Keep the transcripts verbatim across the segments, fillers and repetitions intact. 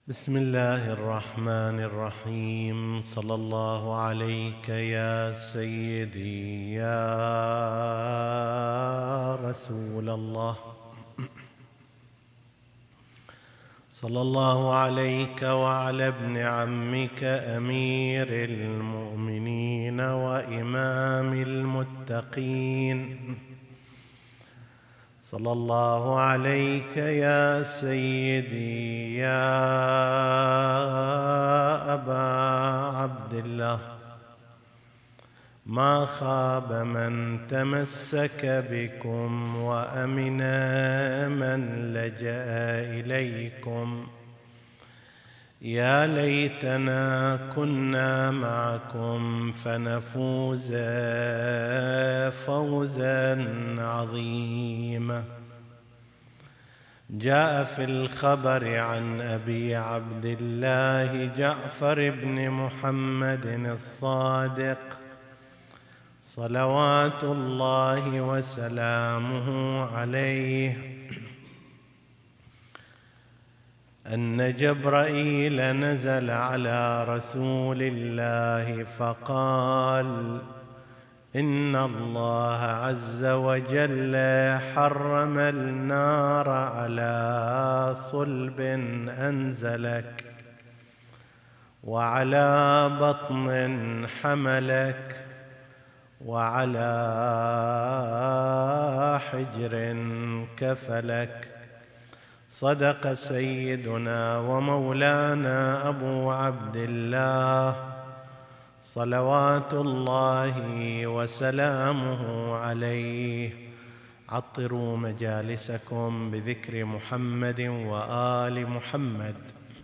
بسم الله الرحمن الرحيم. صلى الله عليك يا سيدي يا رسول الله، صلى الله عليك وعلى ابن عمك أمير المؤمنين وإمام المتقين، صلى الله عليك يا سيدي يا أبا عبد الله. ما خاب من تمسك بكم وأمن من لجأ إليكم. يا ليتنا كنا معكم فنفوز فوزا عظيما. جاء في الخبر عن أبي عبد الله جعفر بن محمد الصادق صلوات الله وسلامه عليه أن جبرائيل نزل على رسول الله فقال: إن الله عز وجل حرم النار على صلب أنزلك وعلى بطن حملك وعلى حجر كفلك. صدق سيدنا ومولانا أبو عبد الله صلوات الله وسلامه عليه. عطروا مجالسكم بذكر محمد وآل محمد.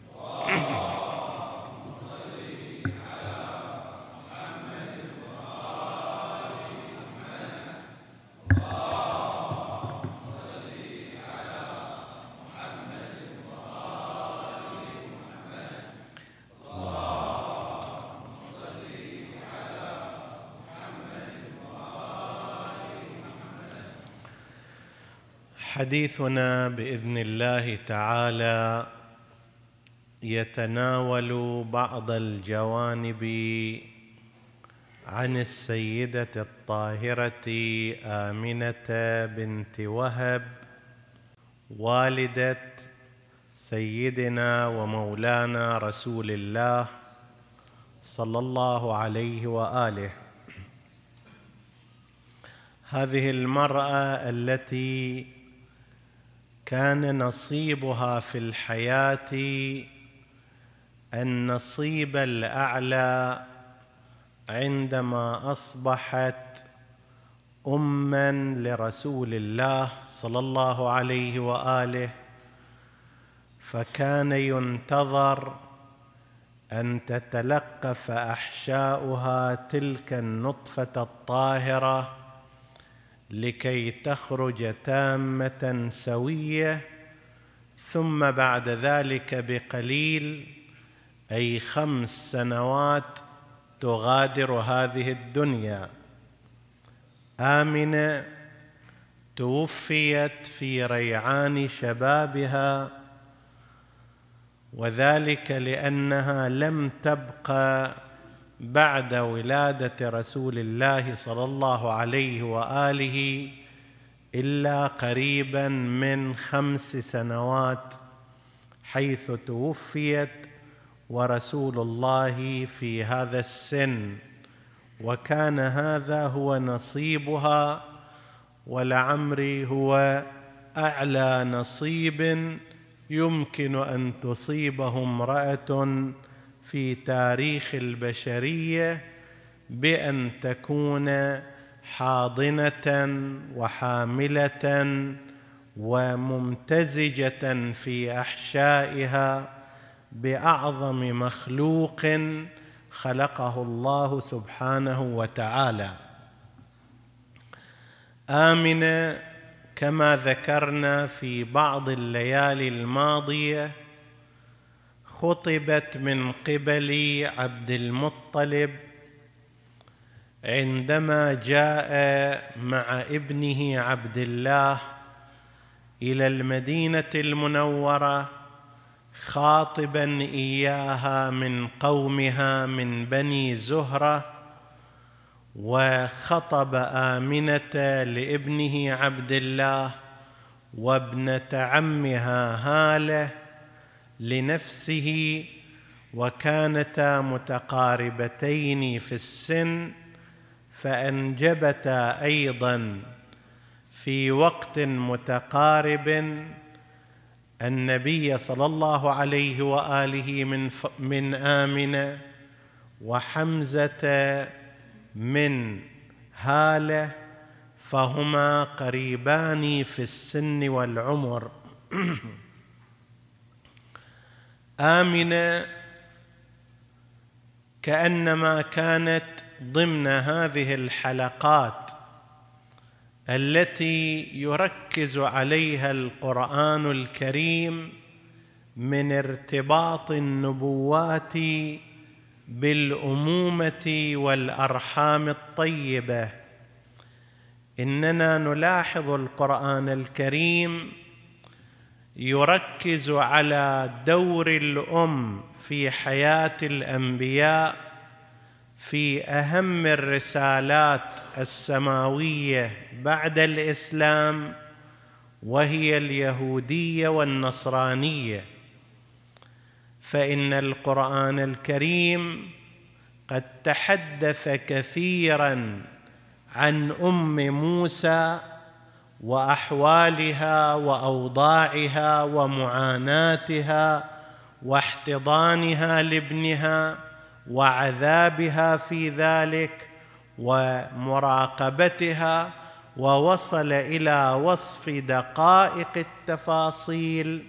حديثنا بإذن الله تعالى يتناول بعض الجوانب عن السيدة الطاهرة آمنة بنت وهب والدة سيدنا ومولانا رسول الله صلى الله عليه وآله. هذه المرأة التي كان نصيبها في الحياة النصيب الأعلى عندما أصبحت أماً لرسول الله صلى الله عليه وآله، فكان ينتظر أن تتلقف أحشاؤها تلك النطفة الطاهرة لكي تخرج تامة سوية، ثم بعد ذلك بقليل أي خمس سنوات تغادر هذه الدنيا. آمنة توفيت في ريعان شبابها، وذلك لأنها لم تبقى بعد ولادة رسول الله صلى الله عليه وآله إلا قريبا من خمس سنوات، حيث توفيت ورسول الله في هذا السن، وكان هذا هو نصيبها، ولعمري هو أعلى نصيب يمكن أن تصيبه امرأة في تاريخ البشرية، بأن تكون حاضنة وحاملة وممتزجة في أحشائها بأعظم مخلوق خلقه الله سبحانه وتعالى. آمنة كما ذكرنا في بعض الليالي الماضية خطبت من قبل عبد المطلب عندما جاء مع ابنه عبد الله إلى المدينة المنورة خاطبا إياها من قومها من بني زهرة، وخطب آمنة لابنه عبد الله وابنة عمها هالة لنفسه، وكانتا متقاربتين في السن، فأنجبتا أيضا في وقت متقارب النبي صلى الله عليه وآله من من آمنة، وحمزة من هالة، فهما قريبان في السن والعمر. آمنة كأنما كانت ضمن هذه الحلقات التي يركز عليها القرآن الكريم من ارتباط النبوات بالأمومة والأرحام الطيبة. إننا نلاحظ القرآن الكريم يركز على دور الأم في حياة الأنبياء في أهم الرسالات السماوية بعد الإسلام، وهي اليهودية والنصرانية. فإن القرآن الكريم قد تحدث كثيراً عن أم موسى وأحوالها وأوضاعها ومعاناتها واحتضانها لابنها وعذابها في ذلك ومراقبتها، ووصل إلى وصف دقائق التفاصيل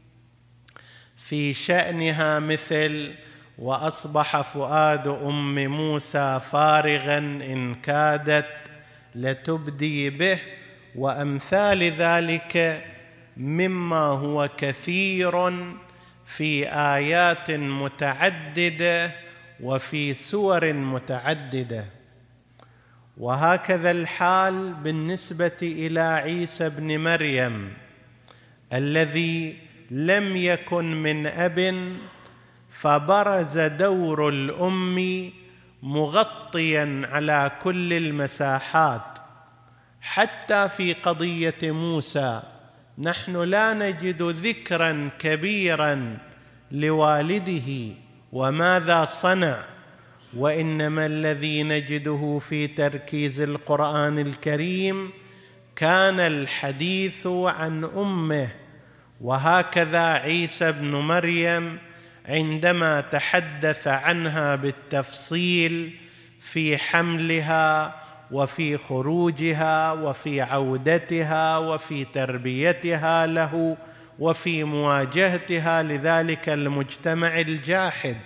في شأنها، مثل وأصبح فؤاد أم موسى فارغاً إن كادت لتبدي به، وأمثال ذلك مما هو كثير في آيات متعددة وفي سور متعددة. وهكذا الحال بالنسبة إلى عيسى بن مريم الذي لم يكن من أب، فبرز دور الأم مغطياً على كل المساحات. حتى في قضية موسى نحن لا نجد ذكراً كبيراً لوالده وماذا صنع، وإنما الذي نجده في تركيز القرآن الكريم كان الحديث عن أمه. وهكذا عيسى بن مريم عندما تحدث عنها بالتفصيل في حملها وفي خروجها وفي عودتها وفي تربيتها له وفي مواجهتها لذلك المجتمع الجاحد.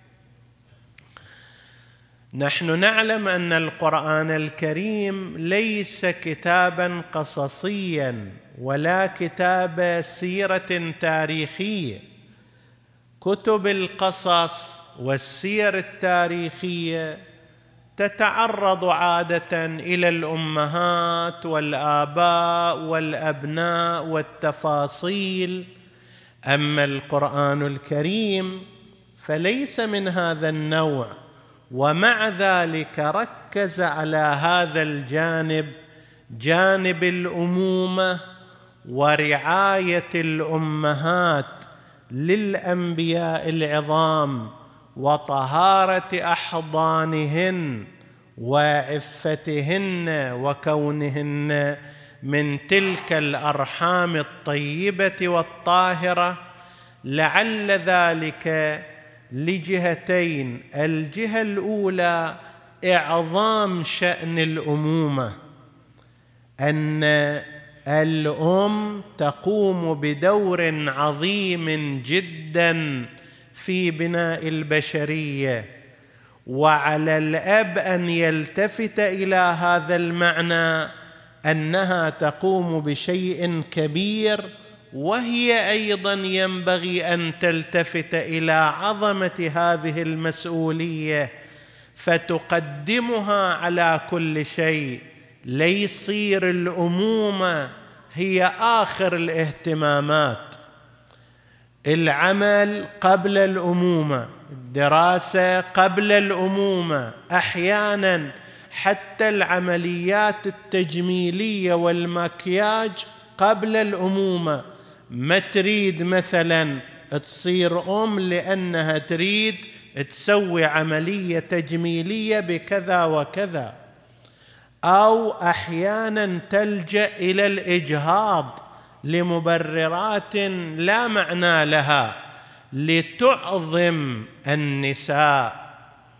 نحن نعلم أن القرآن الكريم ليس كتاباً قصصياً ولا كتاب سيرة تاريخية. كتب القصص والسير التاريخية تتعرض عادة إلى الأمهات والآباء والأبناء والتفاصيل، أما القرآن الكريم فليس من هذا النوع، ومع ذلك ركز على هذا الجانب، جانب الأمومة ورعاية الأمهات للأنبياء العظام وطهارة أحضانهن وعفتهن وكونهن من تلك الأرحام الطيبة والطاهرة، لعل ذلك لجهتين. الجهة الأولى إعظام شأن الأمومة، أن الأم تقوم بدور عظيم جداً في بناء البشرية، وعلى الأب أن يلتفت إلى هذا المعنى أنها تقوم بشيء كبير، وهي أيضاً ينبغي أن تلتفت إلى عظمة هذه المسؤولية فتقدمها على كل شيء، ليصير الأمومة هي آخر الاهتمامات. العمل قبل الأمومة، الدراسة قبل الأمومة، أحيانا حتى العمليات التجميلية والمكياج قبل الأمومة. ما تريد مثلا تصير أم لأنها تريد تسوي عملية تجميلية بكذا وكذا، أو أحيانا تلجأ إلى الإجهاض لمبررات لا معنى لها لتعظم النساء.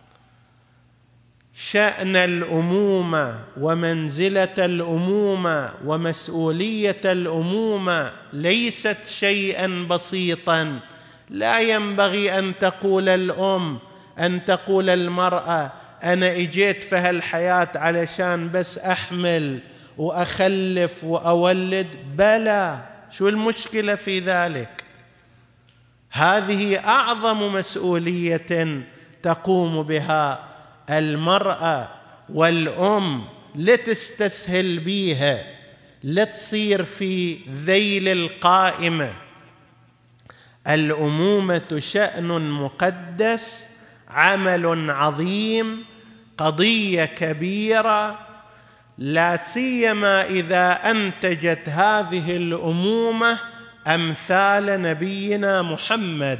شأن الأمومة ومنزلة الأمومة ومسؤولية الأمومة ليست شيئا بسيطا. لا ينبغي أن تقول الأم، أن تقول المرأة أنا إجيت في هالحياة علشان بس أحمل وأخلف وأولد. بلى، شو المشكلة في ذلك؟ هذه أعظم مسؤولية تقوم بها المرأة والأم، لتستسهل بيها، لتصير في ذيل القائمة. الأمومة شأن مقدس، عمل عظيم، قضية كبيرة، لا سيما إذا أنتجت هذه الأمومة أمثال نبينا محمد.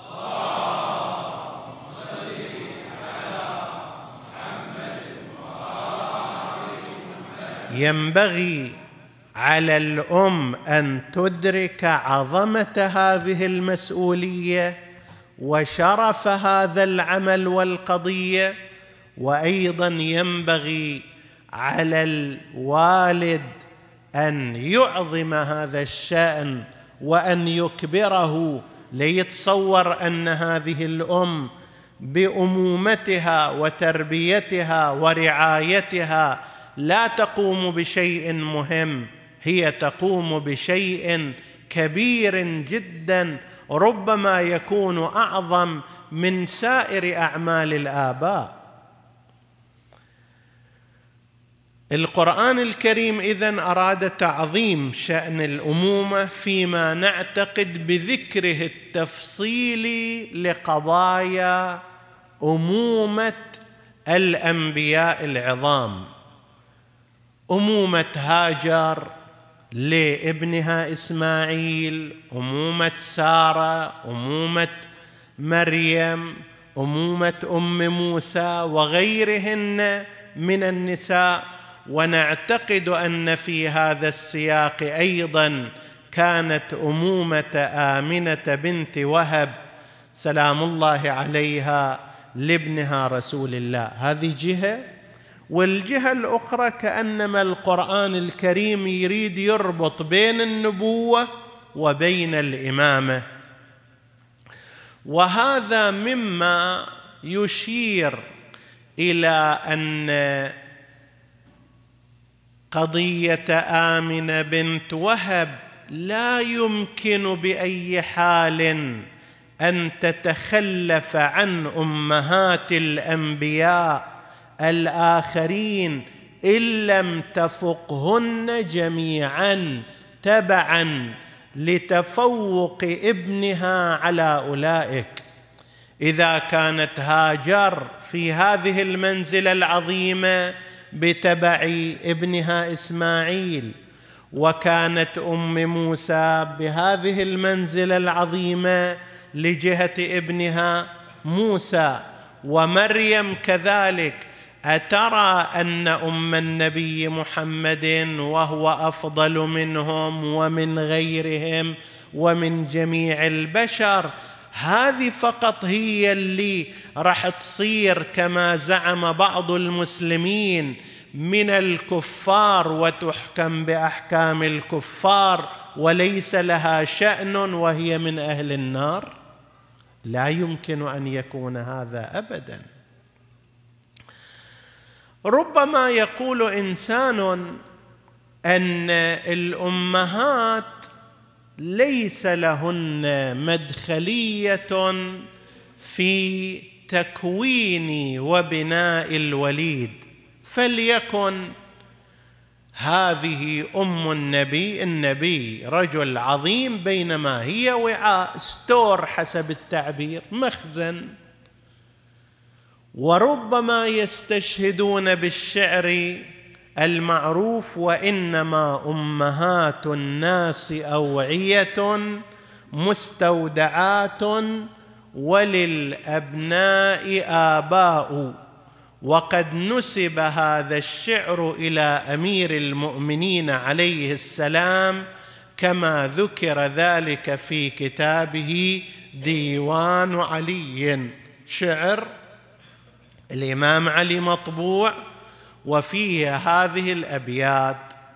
ينبغي على الأم أن تدرك عظمة هذه المسؤولية وشرف هذا العمل والقضية، وأيضا ينبغي على الوالد أن يعظم هذا الشأن وأن يكبره، ليتصور أن هذه الأم بأمومتها وتربيتها ورعايتها لا تقوم بشيء مهم، هي تقوم بشيء كبير جدا، ربما يكون أعظم من سائر أعمال الآباء. القرآن الكريم إذن أراد تعظيم شأن الأمومة فيما نعتقد بذكره التفصيلي لقضايا أمومة الأنبياء العظام. أمومة هاجر لابنها إسماعيل، أمومة سارة، أمومة مريم، أمومة أم موسى وغيرهن من النساء. ونعتقد أن في هذا السياق أيضا كانت أمومة آمنة بنت وهب سلام الله عليها لابنها رسول الله. هذه جهة، والجهة الأخرى كأنما القرآن الكريم يريد يربط بين النبوة وبين الإمامة، وهذا مما يشير إلى أن قضية آمنة بنت وهب لا يمكن بأي حال أن تتخلف عن أمهات الأنبياء الآخرين إن لم تفقهن جميعا تبعا لتفوق ابنها على أولئك. إذا كانت هاجر في هذه المنزلة العظيمة بتبع ابنها إسماعيل، وكانت أم موسى بهذه المنزلة العظيمة لجهة ابنها موسى، ومريم كذلك، أترى أن أم النبي محمد وهو أفضل منهم ومن غيرهم ومن جميع البشر، هذه فقط هي اللي راح تصير كما زعم بعض المسلمين من الكفار وتحكم بأحكام الكفار وليس لها شأن وهي من أهل النار؟ لا يمكن أن يكون هذا أبدا. ربما يقول إنسان أن الأمهات ليس لهن مدخلية في تكوين وبناء الوليد، فليكن هذه أم النبي، النبي رجل عظيم، بينما هي وعاء، ستور حسب التعبير، مخزن. وربما يستشهدون بالشعر المعروف: وإنما أمهات الناس أوعية مستودعات وللأبناء آباء. وقد نسب هذا الشعر إلى أمير المؤمنين عليه السلام، كما ذكر ذلك في كتابه ديوان علي، شعر الإمام علي مطبوع وفيه هذه الأبيات.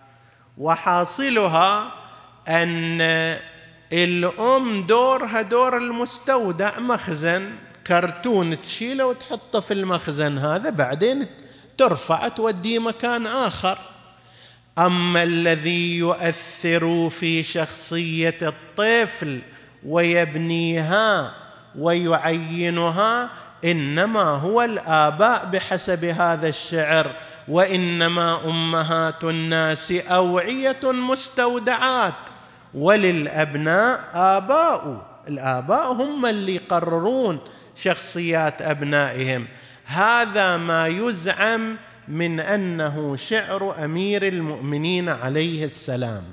وحاصلها أن الأم دورها دور المستودع، مخزن، كرتون تشيله وتحطه في المخزن هذا، بعدين ترفع توديه مكان آخر. أما الذي يؤثر في شخصية الطفل ويبنيها ويعينها إنما هو الآباء بحسب هذا الشعر: وإنما أمهات الناس أوعية مستودعات وللأبناء آباء. الآباء هم اللي يقررون شخصيات أبنائهم. هذا ما يزعم من أنه شعر أمير المؤمنين عليه السلام.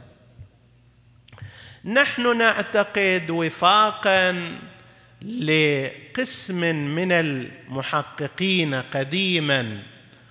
نحن نعتقد وفاقاً لقسم من المحققين قديماً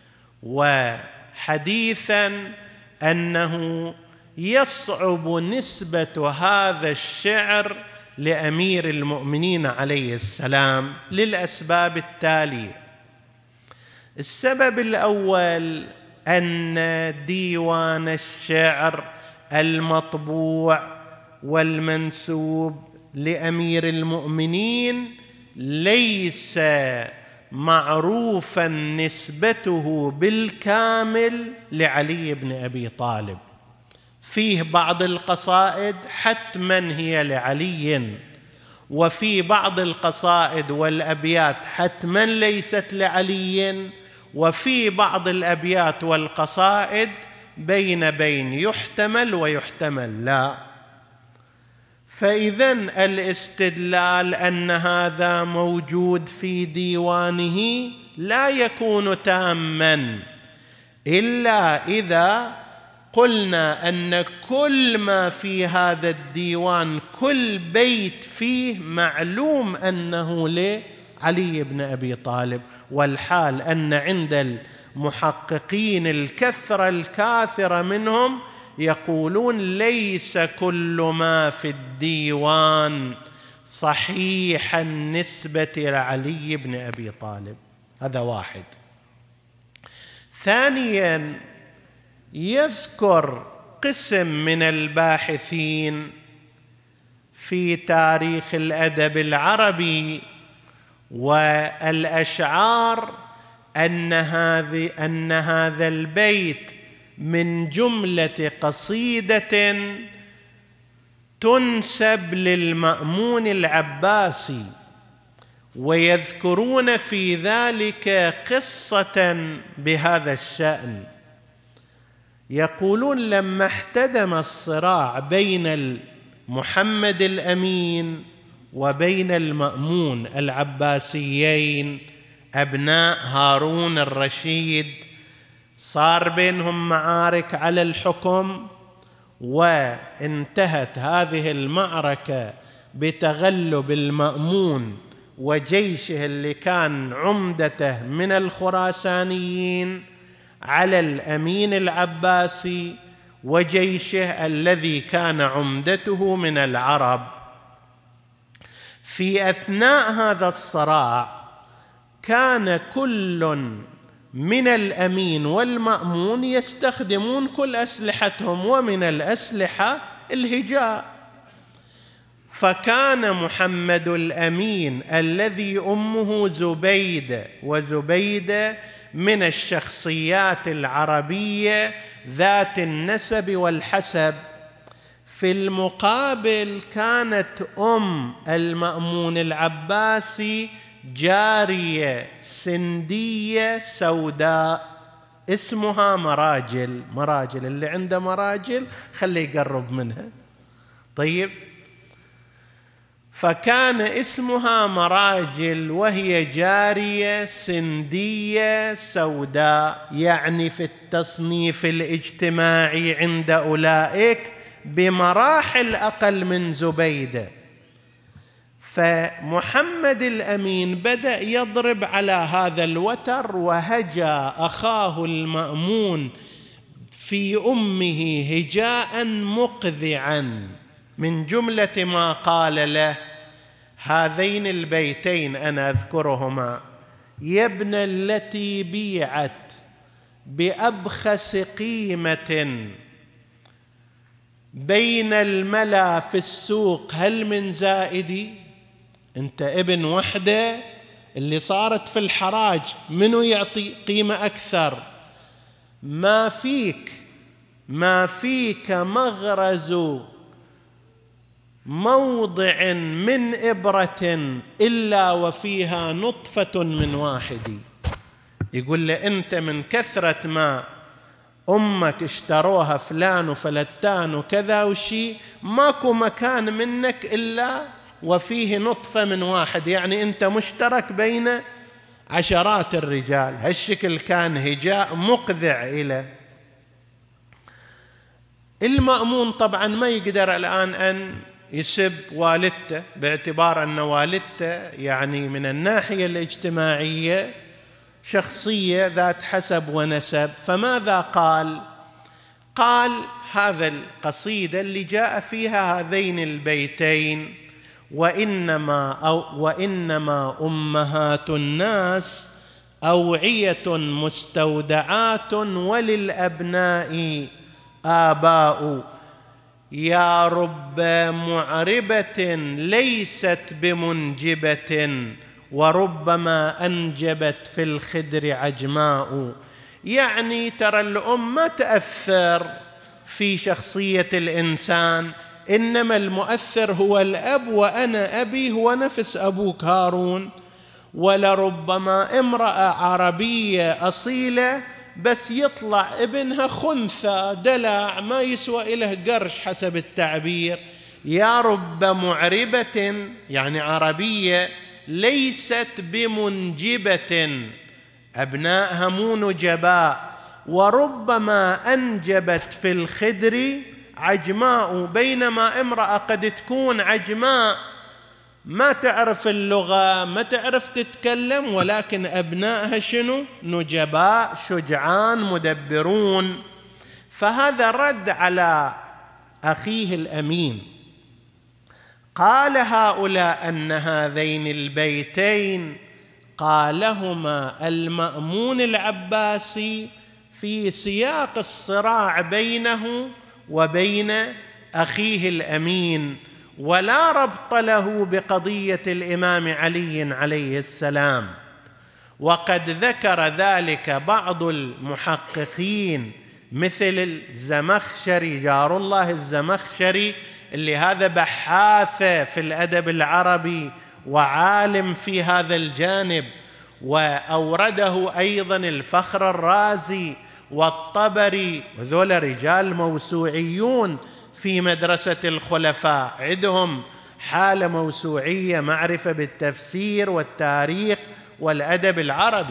وحديثاً أنه يصعب نسبة هذا الشعر لأمير المؤمنين عليه السلام للأسباب التالية. السبب الأول أن ديوان الشعر المطبوع والمنسوب لأمير المؤمنين ليس معروفا نسبته بالكامل لعلي بن أبي طالب. فيه بعض القصائد حتما هي لعلي، وفي بعض القصائد والأبيات حتما ليست لعلي، وفي بعض الأبيات والقصائد بين بين، يحتمل ويحتمل لا. فإذن الاستدلال أن هذا موجود في ديوانه لا يكون تاماً إلا إذا قلنا أن كل ما في هذا الديوان، كل بيت فيه معلوم أنه لعلي بن أبي طالب، والحال أن عند المحققين الكثرة الكاثرة منهم يقولون ليس كل ما في الديوان صحيح النسبة لعلي بن أبي طالب. هذا واحد. ثانياً، يذكر قسم من الباحثين في تاريخ الأدب العربي والأشعار أن هذه أن هذا البيت من جملة قصيدة تنسب للمأمون العباسي، ويذكرون في ذلك قصة بهذا الشأن. يقولون لما احتدم الصراع بين محمد الأمين وبين المأمون العباسيين أبناء هارون الرشيد، صار بينهم معارك على الحكم، وانتهت هذه المعركة بتغلب المأمون وجيشه اللي كان عمدته من الخراسانيين على الأمين العباسي وجيشه الذي كان عمدته من العرب. في أثناء هذا الصراع كان كل من الأمين والمأمون يستخدمون كل أسلحتهم، ومن الأسلحة الهجاء. فكان محمد الأمين الذي أمه زبيدة، وزبيدة من الشخصيات العربية ذات النسب والحسب. في المقابل كانت أم المأمون العباسي جارية سندية سوداء اسمها مراجل. مراجل، اللي عنده مراجل خليه يقرب منها. طيب، فكان اسمها مراجل، وهي جارية سندية سوداء، يعني في التصنيف الاجتماعي عند أولئك بمراحل أقل من زبيدة. فمحمد الأمين بدأ يضرب على هذا الوتر، وهجا أخاه المأمون في أمه هجاء مقذعا. من جملة ما قال له هذين البيتين أنا أذكرهما: يا ابن التي بيعت بأبخس قيمة بين الملا في السوق، هل من زائدي؟ أنت ابن وحدة اللي صارت في الحراج، منو يعطي قيمة أكثر؟ ما فيك ما فيك مغرز موضع من إبرة إلا وفيها نطفة من واحد. يقول له أنت من كثرة ما أمك اشتروها فلان وفلتان وكذا وشي، ماكو مكان منك إلا وفيه نطفة من واحد، يعني أنت مشترك بين عشرات الرجال. هالشكل كان هجاء مقذع إليه. المأمون طبعا ما يقدر الآن أن يسب والدته، باعتبار أن والدته يعني من الناحية الاجتماعية شخصية ذات حسب ونسب. فماذا قال؟ قال هذا القصيدة اللي جاء فيها هذين البيتين: وإنما, أو وإنما أمهات الناس أوعية مستودعات، وللأبناء آباء. يا رب معربة ليست بمنجبة، وربما أنجبت في الخدر عجماء. يعني ترى الأم ما تأثر في شخصية الإنسان، إنما المؤثر هو الأب، وأنا أبي هو نفس أبوك هارون. ولربما امرأة عربية أصيلة بس يطلع ابنها خنثى دلع ما يسوى إله قرش حسب التعبير. يا رب معربة يعني عربية ليست بمنجبة، أبنائها مو نجباء، وربما أنجبت في الخدر عجماء. بينما امرأة قد تكون عجماء ما تعرف اللغة ما تعرف تتكلم، ولكن أبنائها شنو؟ نجباء شجعان مدبرون. فهذا رد على أخيه الأمين. قال هؤلاء أن هذين البيتين قالهما المأمون العباسي في سياق الصراع بينه وبين أخيه الأمين، ولا ربط له بقضية الإمام علي عليه السلام. وقد ذكر ذلك بعض المحققين مثل الزمخشري، جار الله الزمخشري، اللي هذا بحاث في الأدب العربي وعالم في هذا الجانب، وأورده أيضا الفخر الرازي والطبري، وذول رجال موسوعيون في مدرسة الخلفاء، عندهم حالة موسوعية، معرفة بالتفسير والتاريخ والأدب العربي.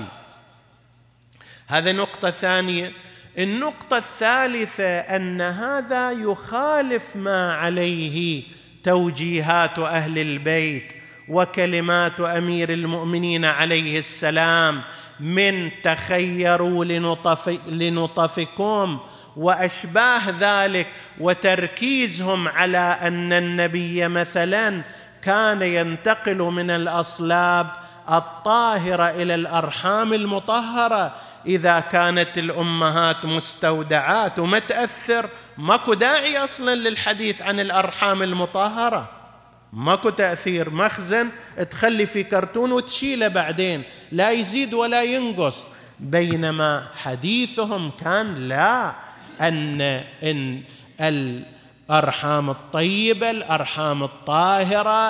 هذا نقطة ثانية. النقطة الثالثة أن هذا يخالف ما عليه توجيهات أهل البيت وكلمات أمير المؤمنين عليه السلام من تخيروا لنطف لنطفكم وأشباه ذلك، وتركيزهم على أن النبي مثلا كان ينتقل من الأصلاب الطاهرة إلى الأرحام المطهرة إذا كانت الأمهات مستودعات وما تأثر. ماكو داعي أصلا للحديث عن الأرحام المطهرة، ماكو تأثير، مخزن تخلي في كرتون وتشيله بعدين، لا يزيد ولا ينقص. بينما حديثهم كان لا، أن إن الأرحام الطيبة الأرحام الطاهرة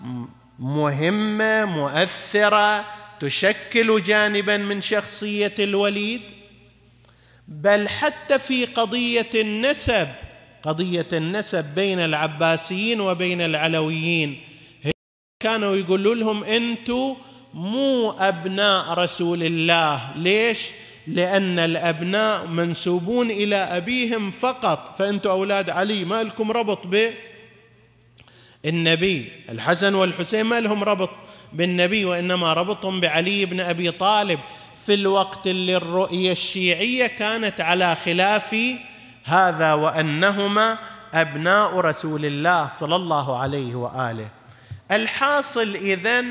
مهمة مؤثرة تشكل جانبا من شخصية الوليد. بل حتى في قضية النسب، قضية النسب بين العباسيين وبين العلويين، كانوا يقولوا لهم أنتم مو أبناء رسول الله. ليش؟ لأن الأبناء منسوبون إلى أبيهم فقط، فأنتم أولاد علي ما لكم ربط بالنبي. الحسن والحسين ما لهم ربط بالنبي، وإنما ربطهم بعلي بن أبي طالب، في الوقت اللي الرؤية الشيعية كانت على خلاف هذا، وأنهما أبناء رسول الله صلى الله عليه وآله. الحاصل إذن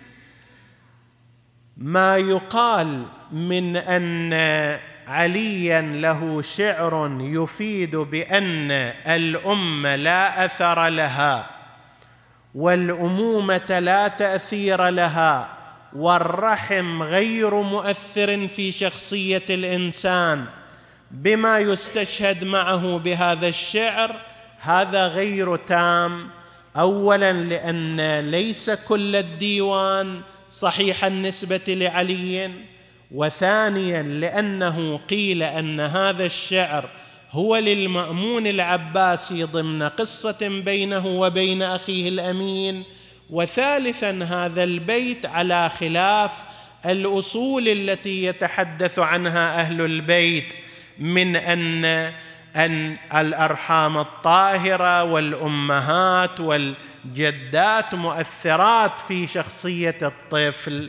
ما يقال من أن عليا له شعر يفيد بأن الأمة لا أثر لها والأمومة لا تأثير لها والرحم غير مؤثر في شخصية الإنسان بما يستشهد معه بهذا الشعر، هذا غير تام. أولا لأن ليس كل الديوان صحيح النسبة لعلي، وثانيا لأنه قيل أن هذا الشعر هو للمأمون العباسي ضمن قصة بينه وبين أخيه الأمين، وثالثا هذا البيت على خلاف الأصول التي يتحدث عنها أهل البيت من أن أن الأرحام الطاهرة والأمهات والجدات مؤثرات في شخصية الطفل.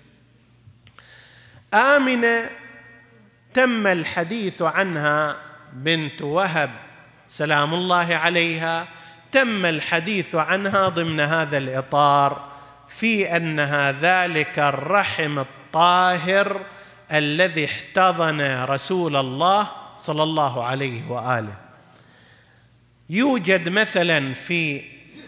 آمنة تم الحديث عنها بنت وهب سلام الله عليها، تم الحديث عنها ضمن هذا الإطار، في أنها ذلك الرحم الطاهر الذي احتضن رسول الله صلى الله عليه وآله. يوجد مثلا في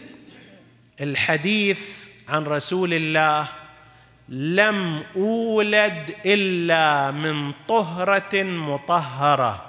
الحديث عن رسول الله: لم أولد إلا من طهرة مطهرة،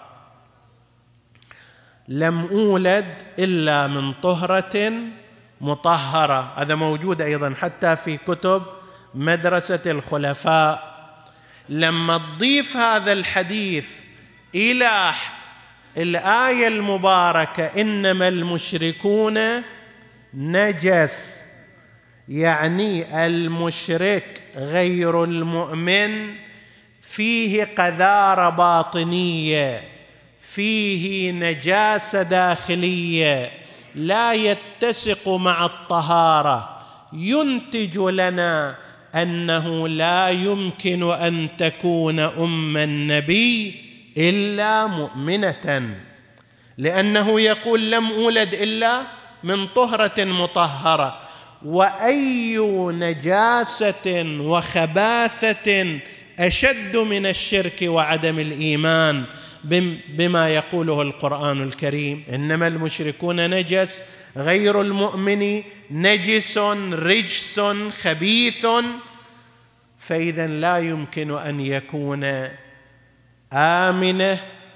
لم أولد إلا من طهرة مطهرة. هذا موجود أيضا حتى في كتب مدرسة الخلفاء. لما تضيف هذا الحديث إلى الآية المباركة إنما المشركون نجس، يعني المشرك غير المؤمن فيه قذارة باطنية، فيه نجاسة داخلية لا يتسق مع الطهارة، ينتج لنا أنه لا يمكن أن تكون أم النبي إلا مؤمنة، لأنه يقول لم أولد إلا من طهرة مطهرة. وأي نجاسة وخباثة أشد من الشرك وعدم الإيمان بما يقوله القرآن الكريم: إنما المشركون نجس، غير المؤمن نجس رجس خبيث. فإذا لا يمكن أن يكون آمنة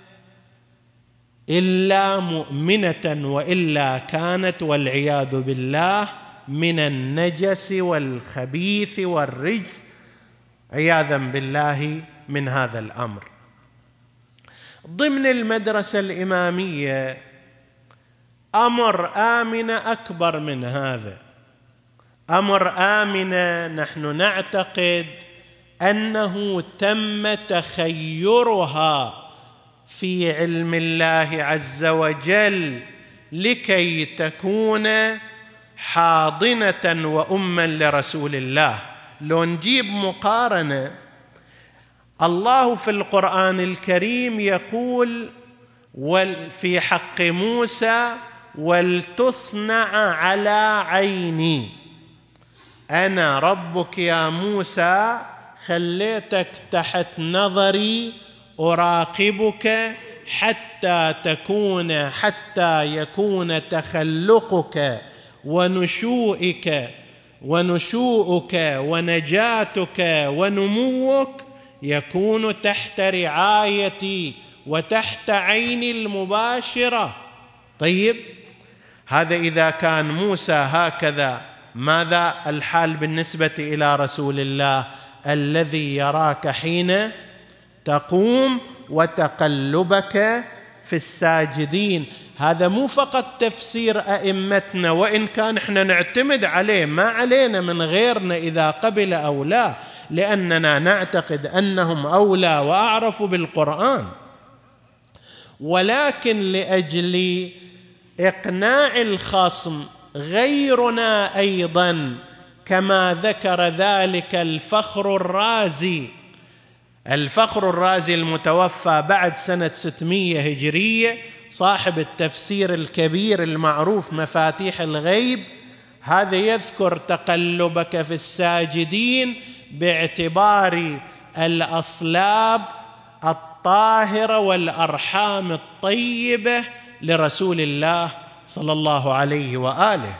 إلا مؤمنة، وإلا كانت والعياذ بالله من النجس والخبيث والرجس عياذا بالله من هذا الأمر. ضمن المدرسة الإمامية أمر آمنة أكبر من هذا. أمر آمنة نحن نعتقد أنه تم تخيرها في علم الله عز وجل لكي تكون حاضنة وأما لرسول الله. لو نجيب مقارنة، الله في القرآن الكريم يقول في حق موسى: ولتصنع على عيني، أنا ربك يا موسى، خليتك تحت نظري أراقبك حتى تكون حتى يكون تخلقك ونشوئك ونشوءك ونجاتك ونموك يكون تحت رعايتي وتحت عيني المباشرة. طيب، هذا إذا كان موسى هكذا، ماذا الحال بالنسبة إلى رسول الله الذي يراك حين تقوم وتقلبك في الساجدين. هذا مو فقط تفسير أئمتنا، وإن كان احنا نعتمد عليه، ما علينا من غيرنا إذا قبل أو لا، لأننا نعتقد أنهم أولى وأعرف بالقرآن، ولكن لأجل إقناع الخصم غيرنا أيضا، كما ذكر ذلك الفخر الرازي. الفخر الرازي المتوفى بعد سنة ستمائة هجرية، صاحب التفسير الكبير المعروف مفاتيح الغيب، هذا يذكر تقلبك في الساجدين باعتبار الأصلاب الطاهرة والأرحام الطيبة لرسول الله صلى الله عليه وآله.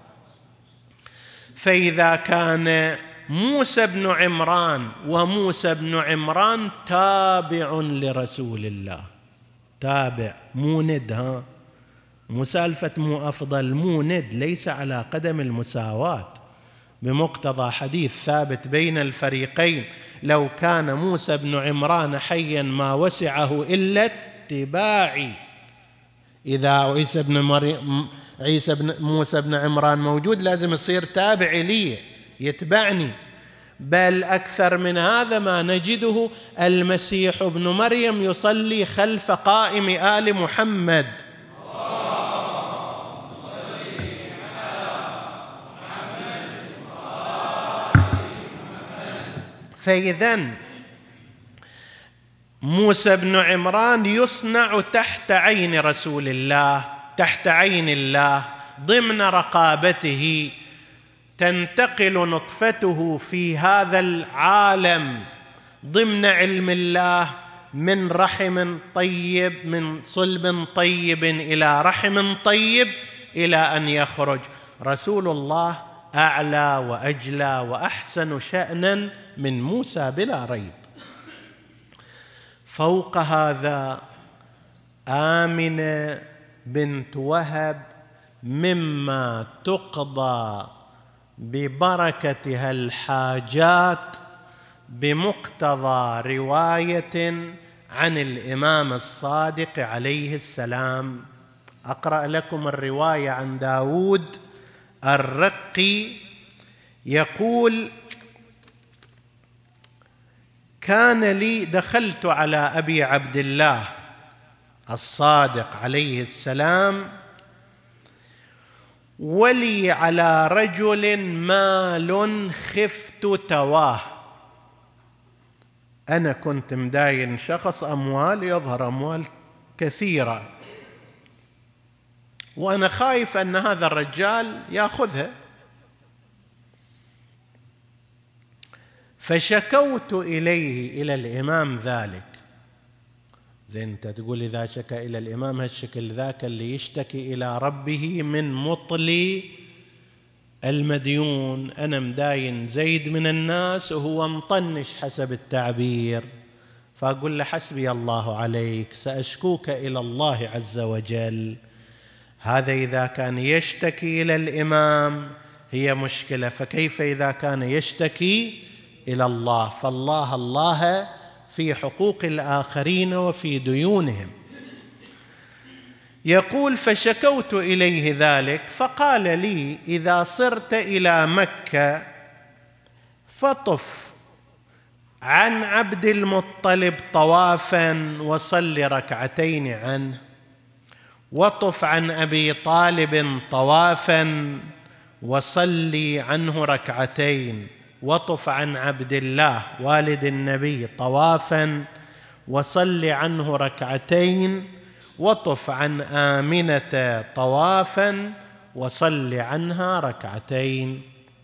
فإذا كان موسى بن عمران، وموسى بن عمران تابع لرسول الله، تابع مو ند، ها مو سالفة مو أفضل، مو ند، ليس على قدم المساواة بمقتضى حديث ثابت بين الفريقين: لو كان موسى بن عمران حيا ما وسعه إلا اتباعي. إذا عيسى بن مريم عيسى بن موسى بن عمران موجود لازم يصير تابع لي، يتبعني. بل أكثر من هذا ما نجده المسيح ابن مريم يصلي خلف قائم آل محمد. فإذن موسى بن عمران يصنع تحت عين رسول الله، تحت عين الله، ضمن رقابته، تنتقل نطفته في هذا العالم ضمن علم الله من رحم طيب، من صلب طيب إلى رحم طيب، إلى أن يخرج رسول الله أعلى وأجلى وأحسن شأنا من موسى بلا ريب. فوق هذا آمنة بنت وهب مما تقضى ببركتها الحاجات بمقتضى رواية عن الإمام الصادق عليه السلام. أقرأ لكم الرواية عن داود الرقي، يقول: كان لي دخلت على أبي عبد الله الصادق عليه السلام ولي على رجل مال خفت تواه. أنا كنت مداين شخص أموال، يظهر أموال كثيرة، وأنا خايف أن هذا الرجال يأخذها، فشكوت إليه إلى الإمام ذلك. زين أنت تقول إذا شكى إلى الإمام هالشكل، ذاك اللي يشتكي إلى ربه من مطلي المديون. أنا مداين زيد من الناس وهو مطنش حسب التعبير، فأقول له: حسبي الله عليك، سأشكوك إلى الله عز وجل. هذا إذا كان يشتكي إلى الإمام هي مشكلة، فكيف إذا كان يشتكي إلى الله؟ فالله الله في حقوق الآخرين وفي ديونهم. يقول: فشكوت إليه ذلك، فقال لي: إذا صرت إلى مكة فطف عن عبد المطلب طوافا وصل ركعتين عنه، وطف عن أبي طالب طوافا وصلي عنه ركعتين، وطف عن عبد الله والد النبي طوافا وصل عنه ركعتين، وطف عن آمنة طوافا وصل عنها ركعتين.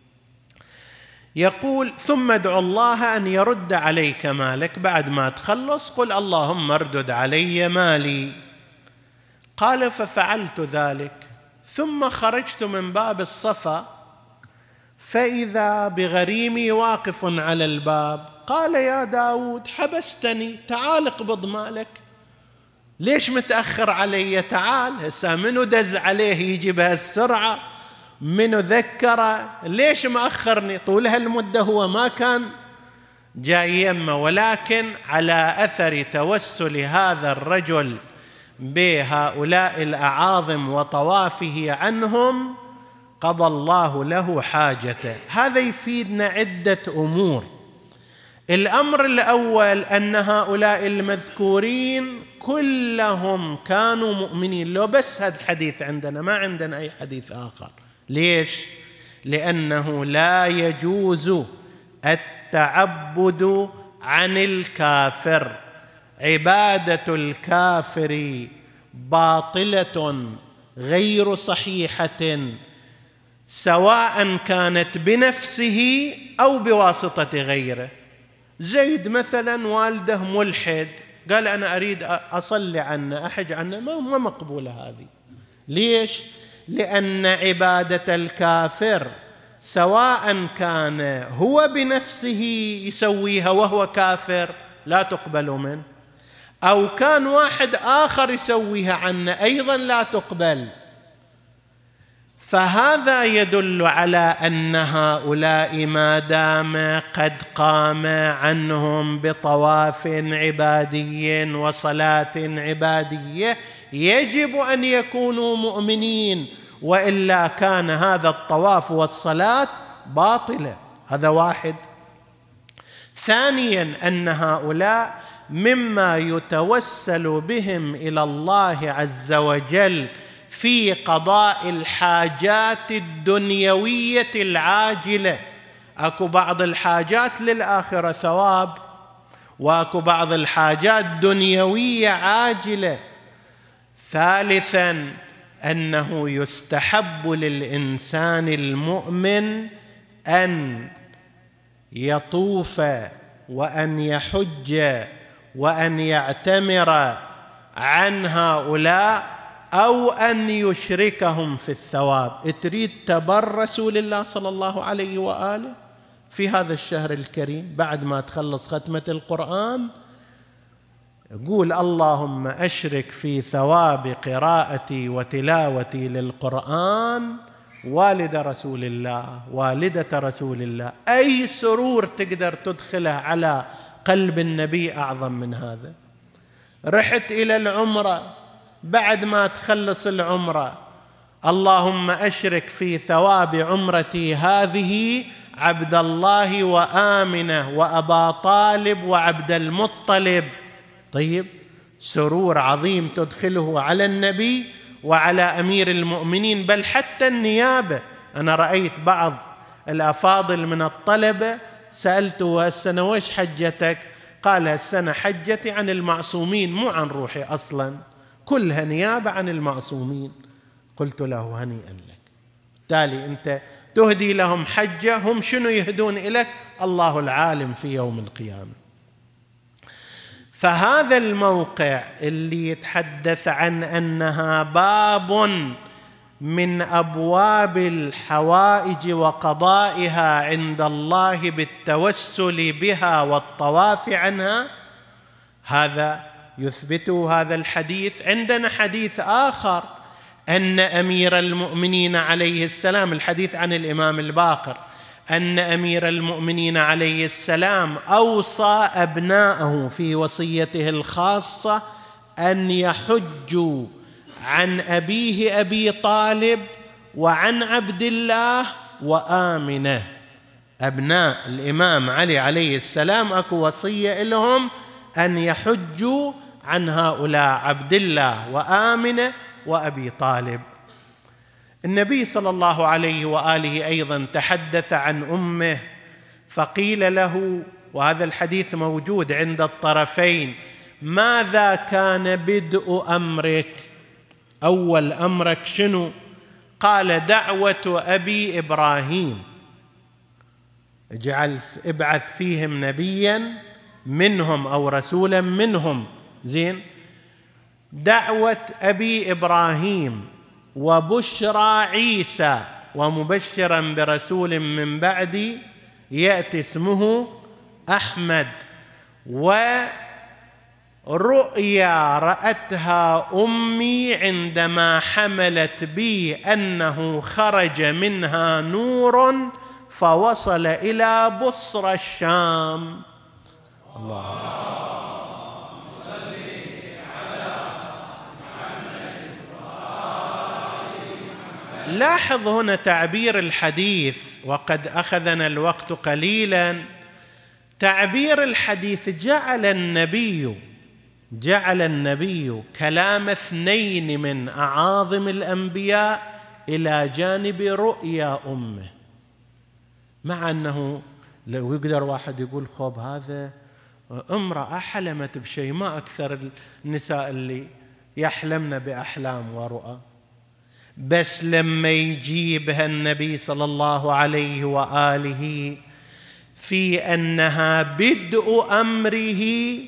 يقول: ثم ادعو الله أن يرد عليك مالك، بعد ما تخلص قل: اللهم اردد علي مالي. قال: ففعلت ذلك، ثم خرجت من باب الصفا فإذا بغريمي واقف على الباب. قال: يا داود، حبستني، تعال اقبض مالك، ليش متأخر علي؟ تعال، هسا منو دز عليه يجي بهالسرعة؟ منو ذكره؟ ليش مأخرني طول هالمدة؟ هو ما كان جاي يمه، ولكن على أثر توسل هذا الرجل بهؤلاء الأعاظم وطوافه عنهم قضى الله له حاجته. هذا يفيدنا عدة أمور. الأمر الأول أن هؤلاء المذكورين كلهم كانوا مؤمنين، لو بس هذا الحديث عندنا، ما عندنا أي حديث آخر. ليش؟ لأنه لا يجوز التعبد عن الكافر، عبادة الكافر باطلة غير صحيحة، سواء كانت بنفسه أو بواسطة غيره. زيد مثلا والده ملحد، قال أنا أريد أصلي عنه أحج عنه، ما مقبولة هذه. ليش؟ لأن عبادة الكافر سواء كان هو بنفسه يسويها وهو كافر لا تقبل منه، أو كان واحد آخر يسويها عنه أيضا لا تقبل. فهذا يدل على أن هؤلاء ما دام قد قام عنهم بطواف عبادي وصلاة عبادية يجب أن يكونوا مؤمنين، وإلا كان هذا الطواف والصلاة باطلة. هذا واحد. ثانيا أن هؤلاء مما يتوسل بهم إلى الله عز وجل في قضاء الحاجات الدنيوية العاجلة. أكو بعض الحاجات للآخرة ثواب، وأكو بعض الحاجات دنيوية عاجلة. ثالثاً أنه يستحب للإنسان المؤمن أن يطوف وأن يحج وأن يعتمر عن هؤلاء أو أن يشركهم في الثواب. تريد تبر رسول الله صلى الله عليه وآله في هذا الشهر الكريم بعد ما تخلص ختمة القرآن، قول اللهم أشرك في ثواب قراءتي وتلاوتي للقرآن والدة رسول الله، والدة رسول الله. أي سرور تقدر تدخله على قلب النبي أعظم من هذا؟ رحت إلى العمرة، بعد ما تخلص العمرة اللهم أشرك في ثواب عمرتي هذه عبد الله وآمنة وأبا طالب وعبد المطلب. طيب، سرور عظيم تدخله على النبي وعلى أمير المؤمنين، بل حتى النيابة. أنا رأيت بعض الأفاضل من الطلبة سألته السنة وش حجتك؟ قال السنة حجتي عن المعصومين مو عن روحي أصلا، كلها نيابة عن المعصومين. قلت له هنيئا لك. بالتالي أنت تهدي لهم حجة، هم شنو يهدون إليك؟ الله العالم في يوم القيامة. فهذا الموقع اللي يتحدث عن أنها باب من أبواب الحوائج وقضائها عند الله بالتوسل بها والطواف عنها، هذا يثبته هذا الحديث. عندنا حديث آخر أن أمير المؤمنين عليه السلام، الحديث عن الإمام الباقر، أن أمير المؤمنين عليه السلام أوصى أبناءه في وصيته الخاصة أن يحجوا عن أبيه أبي طالب وعن عبد الله وآمنة. أبناء الإمام علي عليه السلام أكو وصية لهم أن يحجوا عن هؤلاء عبد الله وآمنة وأبي طالب. النبي صلى الله عليه وآله أيضا تحدث عن أمه، فقيل له، وهذا الحديث موجود عند الطرفين، ماذا كان بدء أمرك؟ أول أمرك شنو؟ قال دعوة أبي إبراهيم، اجعل ابعث فيهم نبيا منهم أو رسولا منهم. زين، دعوة أبي إبراهيم وبشرى عيسى ومبشرا برسول من بعدي يأتي اسمه أحمد، ورؤيا رأتها أمي عندما حملت بي أنه خرج منها نور فوصل إلى بصرى الشام. الله صل على محمد. لاحظ هنا تعبير الحديث، وقد أخذنا الوقت قليلا. تعبير الحديث جعل النبي جعل النبي كلام اثنين من أعاظم الأنبياء إلى جانب رؤيا أمه، مع أنه لو يقدر واحد يقول خوب هذا امرأة حلمت بشيء، ما أكثر النساء اللي يحلمن بأحلام ورؤى. بس لما يجيبها النبي صلى الله عليه وآله في أنها بدء أمره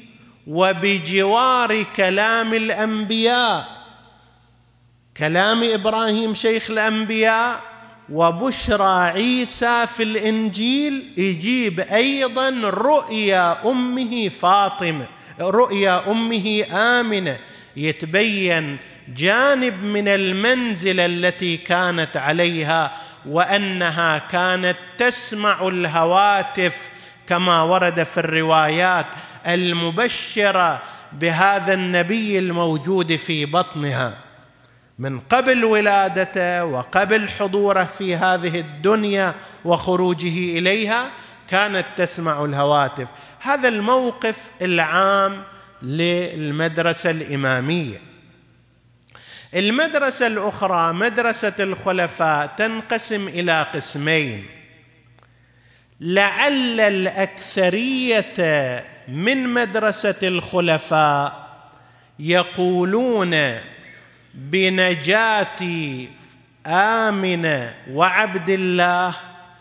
وبجوار كلام الأنبياء، كلام إبراهيم شيخ الأنبياء وبشرى عيسى في الإنجيل، يجيب أيضا رؤيا أمه فاطمة، رؤيا أمه آمنة، يتبين جانب من المنزلة التي كانت عليها، وأنها كانت تسمع الهواتف كما ورد في الروايات المبشرة بهذا النبي الموجود في بطنها من قبل ولادته وقبل حضوره في هذه الدنيا وخروجه إليها، كانت تسمع الهواتف. هذا الموقف العام للمدرسة الإمامية. المدرسة الأخرى مدرسة الخلفاء تنقسم إلى قسمين. لعل الأكثرية من مدرسة الخلفاء يقولون بنجاة آمنة وعبد الله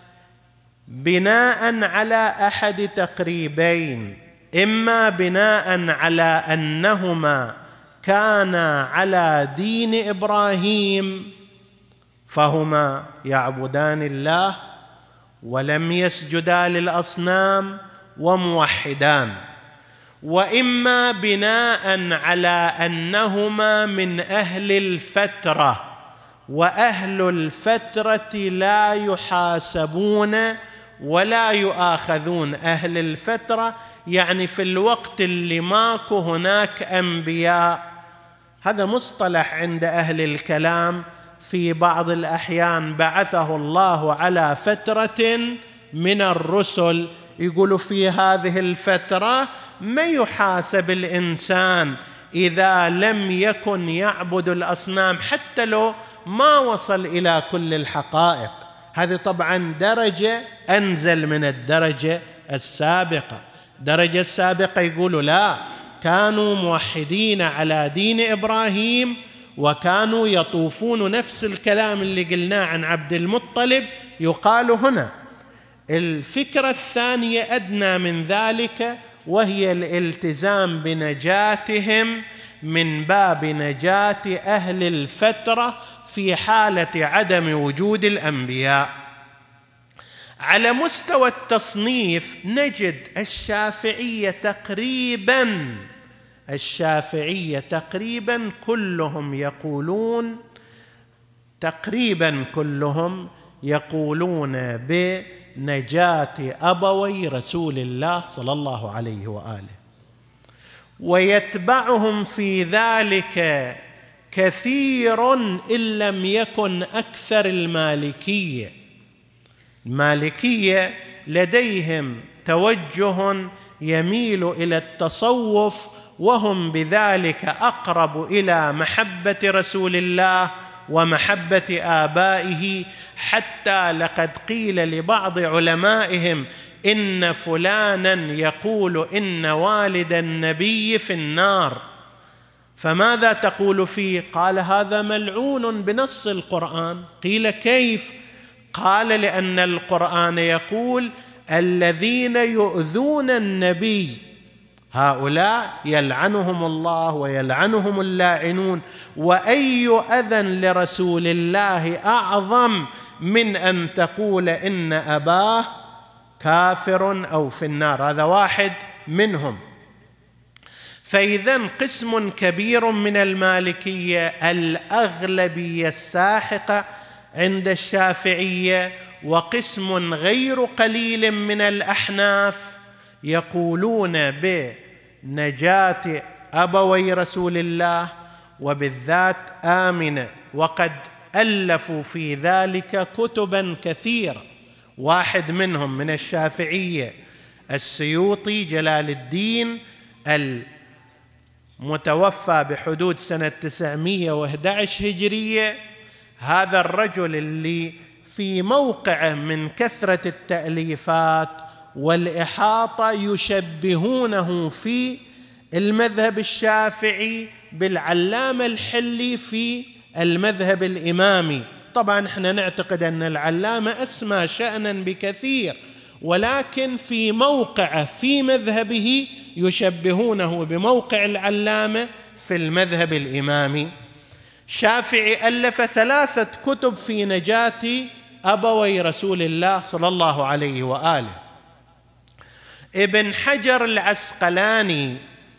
بناء على أحد تقريبين: إما بناء على أنهما كانا على دين إبراهيم فهما يعبدان الله ولم يسجدا للأصنام وموحدان، وإما بناء على أنهما من أهل الفترة، وأهل الفترة لا يحاسبون ولا يؤاخذون. أهل الفترة يعني في الوقت اللي ماكو هناك أنبياء. هذا مصطلح عند أهل الكلام، في بعض الأحيان بعثه الله على فترة من الرسل، يقولوا في هذه الفترة ما يحاسب الإنسان إذا لم يكن يعبد الأصنام حتى لو ما وصل إلى كل الحقائق. هذه طبعا درجة أنزل من الدرجة السابقة. درجة السابقة يقولوا لا، كانوا موحدين على دين إبراهيم وكانوا يطوفون نفس الكلام اللي قلناه عن عبد المطلب يقال هنا. الفكرة الثانية أدنى من ذلك، وهي الالتزام بنجاتهم من باب نجاة أهل الفترة في حالة عدم وجود الأنبياء. على مستوى التصنيف نجد الشافعية تقريباً الشافعية تقريباً كلهم يقولون تقريباً كلهم يقولون بنجاة أبوي رسول الله صلى الله عليه وآله، ويتبعهم في ذلك كثير إن لم يكن أكثر المالكية. المالكية لديهم توجه يميل إلى التصوف، وهم بذلك أقرب إلى محبة رسول الله ومحبة آبائه، حتى لقد قيل لبعض علمائهم إن فلانا يقول إن والد النبي في النار، فماذا تقول فيه؟ قال هذا ملعون بنص القرآن. قيل كيف؟ قال لأن القرآن يقول الذين يؤذون النبي هؤلاء يلعنهم الله ويلعنهم اللاعنون، وأي أذى لرسول الله أعظم من أن تقول إن أباه كافر أو في النار. هذا واحد منهم. فإذن قسم كبير من المالكية، الأغلبية الساحقة عند الشافعية، وقسم غير قليل من الأحناف يقولون بنجاة أبوي رسول الله وبالذات آمنة، وقد ألفوا في ذلك كتبا كثيرة. واحد منهم من الشافعية السيوطي جلال الدين المتوفى بحدود سنة تسعمائة وأحد عشر هجرية. هذا الرجل اللي في موقعه من كثرة التأليفات والإحاطة يشبهونه في المذهب الشافعي بالعلامة الحلي في المذهب الإمامي. طبعا احنا نعتقد أن العلامة أسمى شأنا بكثير، ولكن في موقعه في مذهبه يشبهونه بموقع العلامة في المذهب الإمامي. الشافعي ألف ثلاثة كتب في نجاة أبوي رسول الله صلى الله عليه وآله. ابن حجر العسقلاني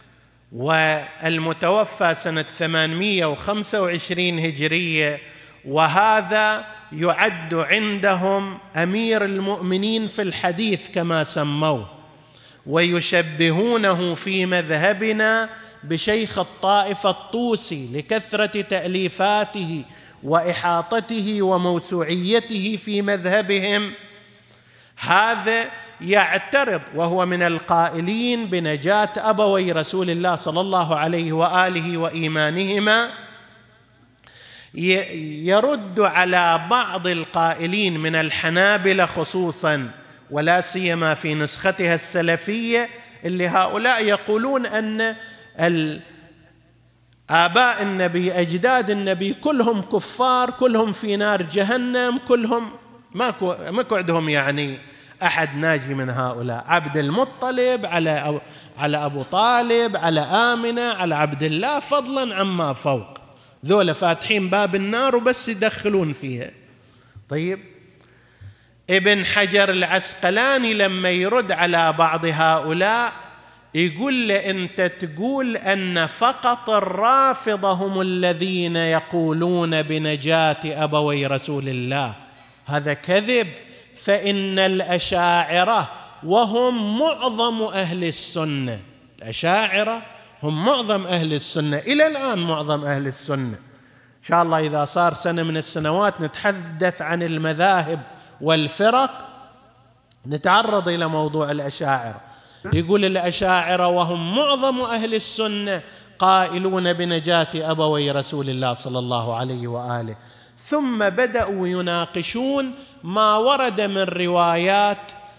والمتوفى سنة ثمانمائة وخمسة وعشرين هجرية، وهذا يعد عندهم أمير المؤمنين في الحديث كما سموه، ويشبهونه في مذهبنا بشيخ الطائفة الطوسي لكثرة تأليفاته وإحاطته وموسوعيته في مذهبهم. هذا يعترض وهو من القائلين بنجاة أبوي رسول الله صلى الله عليه وآله وإيمانهما، يرد على بعض القائلين من الحنابلة خصوصا، ولا سيما في نسختها السلفية، اللي هؤلاء يقولون أن آباء النبي أجداد النبي كلهم كفار، كلهم في نار جهنم، كلهم ماكو ماكو عندهم يعني أحد ناجي من هؤلاء. عبد المطلب على على أبو طالب على آمنة على عبد الله، فضلا عما فوق، ذولا فاتحين باب النار وبس يدخلون فيها. طيب، ابن حجر العسقلاني لما يرد على بعض هؤلاء يقول له أنت تقول أن فقط الرافضة هم الذين يقولون بنجاة أبوي رسول الله، هذا كذب، فإن الأشاعرة وهم معظم أهل السنة، الأشاعرة هم معظم أهل السنة إلى الآن، معظم أهل السنة. إن شاء الله إذا صار سنة من السنوات نتحدث عن المذاهب والفرق نتعرض إلى موضوع الأشاعرة. يقول الأشاعرة وهم معظم أهل السنة قائلون بنجاة أبوي رسول الله صلى الله عليه وآله. ثم بدأوا يناقشون ما ورد من روايات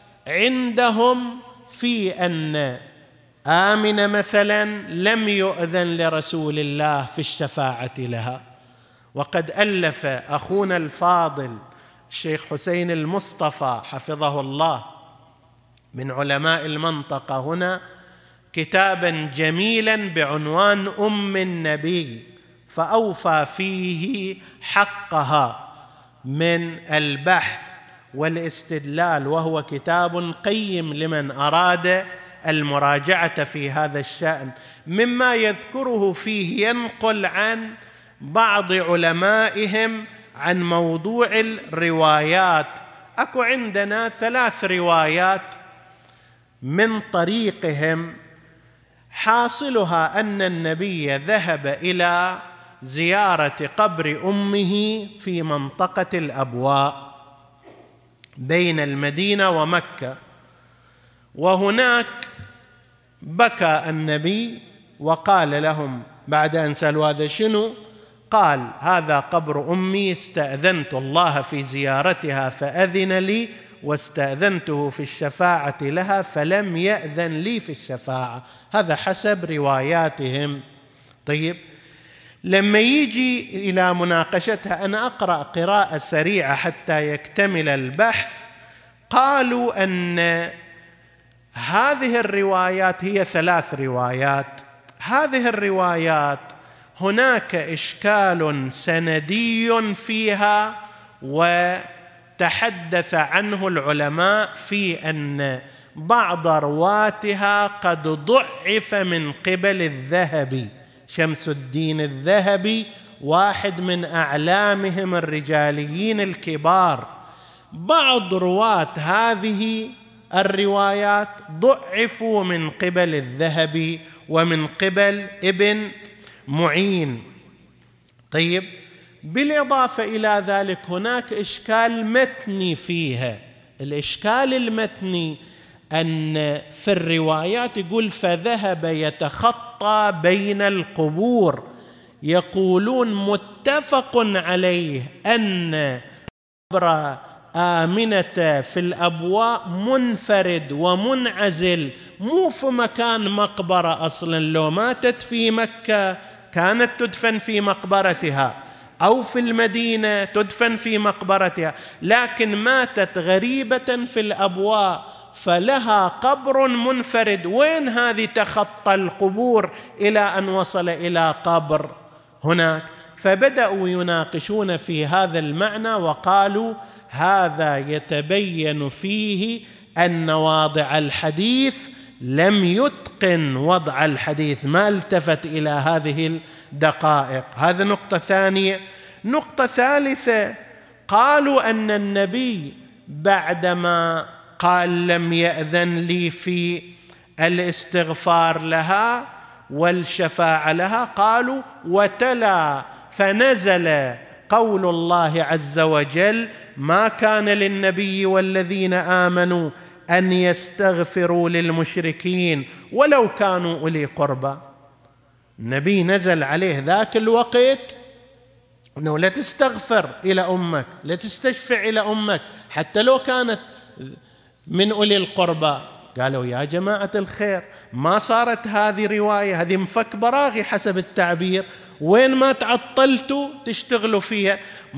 عندهم في أن آمنة مثلا لم يؤذن لرسول الله في الشفاعة لها. وقد ألف أخونا الفاضل الشيخ حسين المصطفى حفظه الله من علماء المنطقة هنا كتابا جميلا بعنوان أم النبي، فأوفى فيه حقها من البحث والاستدلال، وهو كتاب قيم لمن أراد المراجعة في هذا الشأن. مما يذكره فيه ينقل عن بعض علمائهم عن موضوع الروايات. أكو عندنا ثلاث روايات من طريقهم، حاصلها أن النبي ذهب إلى زيارة قبر أمه في منطقة الأبواء بين المدينة ومكة، وهناك بكى النبي وقال لهم بعد أن سألوا هذا شنو؟ قال هذا قبر أمي، استأذنت الله في زيارتها فأذن لي، واستأذنته في الشفاعة لها فلم يأذن لي في الشفاعة. هذا حسب رواياتهم. طيب، لما يجي إلى مناقشتها أنا أقرأ قراءة سريعة حتى يكتمل البحث. قالوا أن هذه الروايات هي ثلاث روايات. هذه الروايات هناك إشكال سندي فيها، وتحدث عنه العلماء في أن بعض رواتها قد ضعف من قبل الذهبي، شمس الدين الذهبي واحد من أعلامهم الرجاليين الكبار. بعض رواة هذه الروايات ضعفوا من قبل الذهبي ومن قبل ابن معين. طيب، بالإضافة إلى ذلك هناك إشكال متني فيها. الإشكال المتني أن في الروايات يقول فذهب يتخطى بين القبور، يقولون متفق عليه أن قبر آمنة في الأبواء منفرد ومنعزل، مو في مكان مقبرة أصلا. لو ماتت في مكة كانت تدفن في مقبرتها، أو في المدينة تدفن في مقبرتها، لكن ماتت غريبة في الأبواء فلها قبر منفرد. وين هذه تخطى القبور إلى أن وصل إلى قبر هناك؟ فبدأوا يناقشون في هذا المعنى وقالوا هذا يتبين فيه أن واضع الحديث لم يتقن وضع الحديث، ما التفت إلى هذه الدقائق. هذا نقطة ثانية. نقطة ثالثة، قالوا أن النبي بعدما قال لم يأذن لي في الاستغفار لها والشفاعة لها، قالوا وتلا فنزل قول الله عز وجل ما كان للنبي والذين آمنوا أن يستغفروا للمشركين ولو كانوا أولي قربى. النبي نزل عليه ذاك الوقت أنه لا تستغفر إلى أمك، لا تستشفع إلى أمك حتى لو كانت من أولي القربى. قالوا يا جماعة الخير، ما صارت هذه رواية، هذه مفك براغي حسب التعبير، وين ما تعطلتوا تشتغلوا فيها.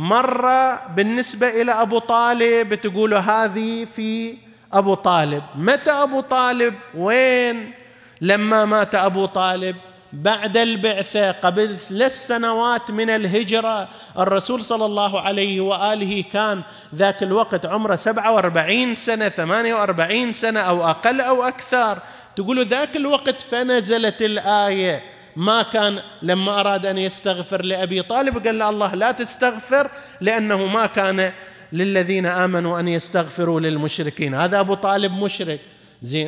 مرة بالنسبة إلى أبو طالب تقولوا هذه في أبو طالب. متى أبو طالب؟ وين؟ لما مات أبو طالب بعد البعثة قبل ثلاث سنوات من الهجرة. الرسول صلى الله عليه وآله كان ذاك الوقت عمره سبعة وأربعين سنة، ثمانية وأربعين سنة أو أقل أو أكثر. تقولوا ذاك الوقت فنزلت الآية ما كان، لما أراد أن يستغفر لأبي طالب قال له الله لا تستغفر لأنه ما كان للذين آمنوا أن يستغفروا للمشركين. هذا أبو طالب مشرك. زين،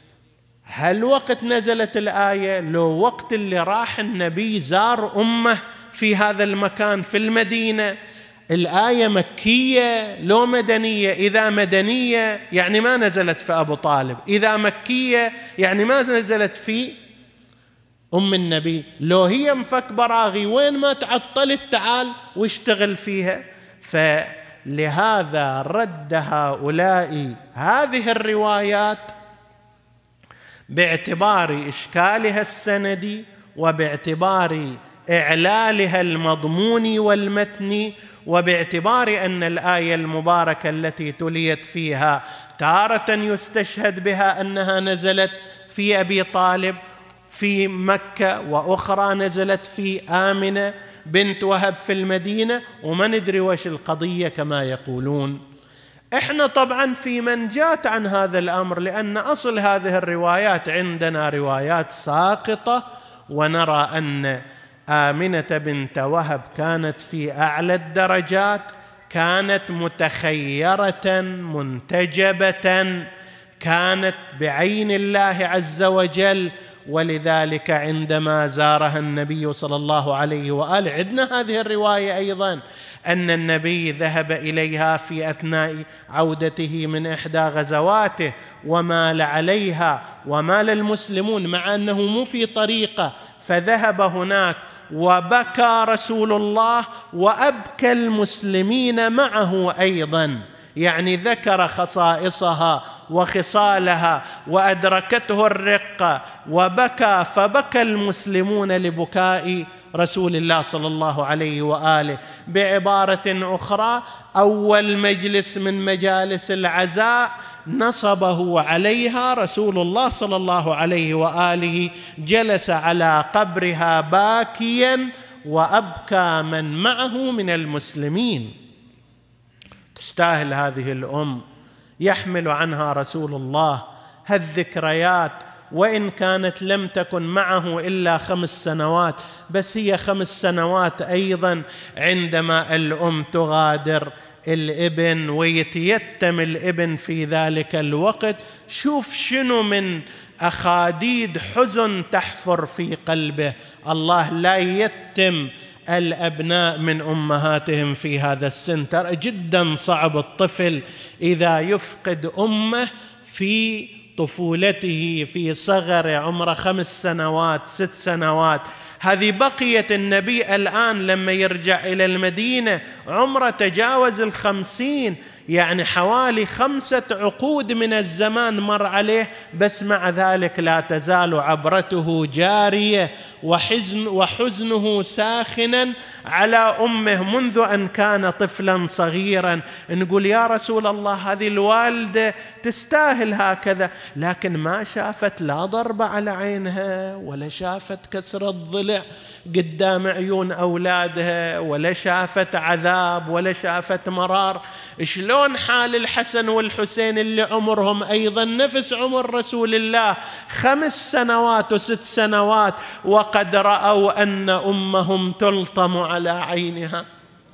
هل وقت نزلت الآية لو وقت اللي راح النبي زار أمه في هذا المكان في المدينة؟ الآية مكية لو مدنية؟ إذا مدنية يعني ما نزلت في أبو طالب، إذا مكية يعني ما نزلت في أم النبي. لو هي مفك براغي وين ما تعطلت تعال واشتغل فيها. فلهذا رد هؤلاء هذه الروايات باعتبار إشكالها السندي وباعتبار إعلالها المضموني والمتني وباعتبار أن الآية المباركة التي تليت فيها تارة يستشهد بها أنها نزلت في أبي طالب في مكة، وأخرى نزلت في آمنة بنت وهب في المدينة، وما ندري وش القضية كما يقولون. احنا طبعا في منجات عن هذا الأمر، لأن أصل هذه الروايات عندنا روايات ساقطة، ونرى أن آمنة بنت وهب كانت في أعلى الدرجات، كانت متخيرة منتجبة، كانت بعين الله عز وجل. ولذلك عندما زارها النبي صلى الله عليه وآله، عندنا هذه الرواية أيضا أن النبي ذهب إليها في أثناء عودته من إحدى غزواته ومال عليها ومال المسلمون، مع أنه مو في طريقة، فذهب هناك وبكى رسول الله وأبكى المسلمين معه أيضا، يعني ذكر خصائصها وخصالها وأدركته الرقة وبكى، فبكى المسلمون لبكاء رسول الله صلى الله عليه وآله. بعبارة أخرى، أول مجلس من مجالس العزاء نصبه عليها رسول الله صلى الله عليه وآله، جلس على قبرها باكيا وأبكى من معه من المسلمين. تستاهل هذه الأم، يحمل عنها رسول الله هالذكريات، وإن كانت لم تكن معه إلا خمس سنوات، بس هي خمس سنوات أيضا عندما الأم تغادر الابن ويتيتم الابن في ذلك الوقت. شوف شنو من أخاديد حزن تحفر في قلبه. الله لا يتم الأبناء من أمهاتهم في هذا السن. ترى جدا صعب الطفل إذا يفقد أمه في طفولته، في صغر عمره خمس سنوات ست سنوات. هذه بقية النبي الآن لما يرجع إلى المدينة عمره تجاوز الخمسين، يعني حوالي خمسة عقود من الزمان مر عليه، بس مع ذلك لا تزال عبرته جارية وحزن وحزنه ساخنا على أمه منذ أن كان طفلا صغيرا. نقول يا رسول الله هذه الوالدة تستاهل هكذا، لكن ما شافت لا ضرب على عينها، ولا شافت كسر الضلع قدام عيون أولادها، ولا شافت عذاب، ولا شافت مرار. شلون حال الحسن والحسين اللي عمرهم أيضا نفس عمر رسول الله، خمس سنوات وست سنوات، وقد رأوا أن أمهم تلطم على عينها،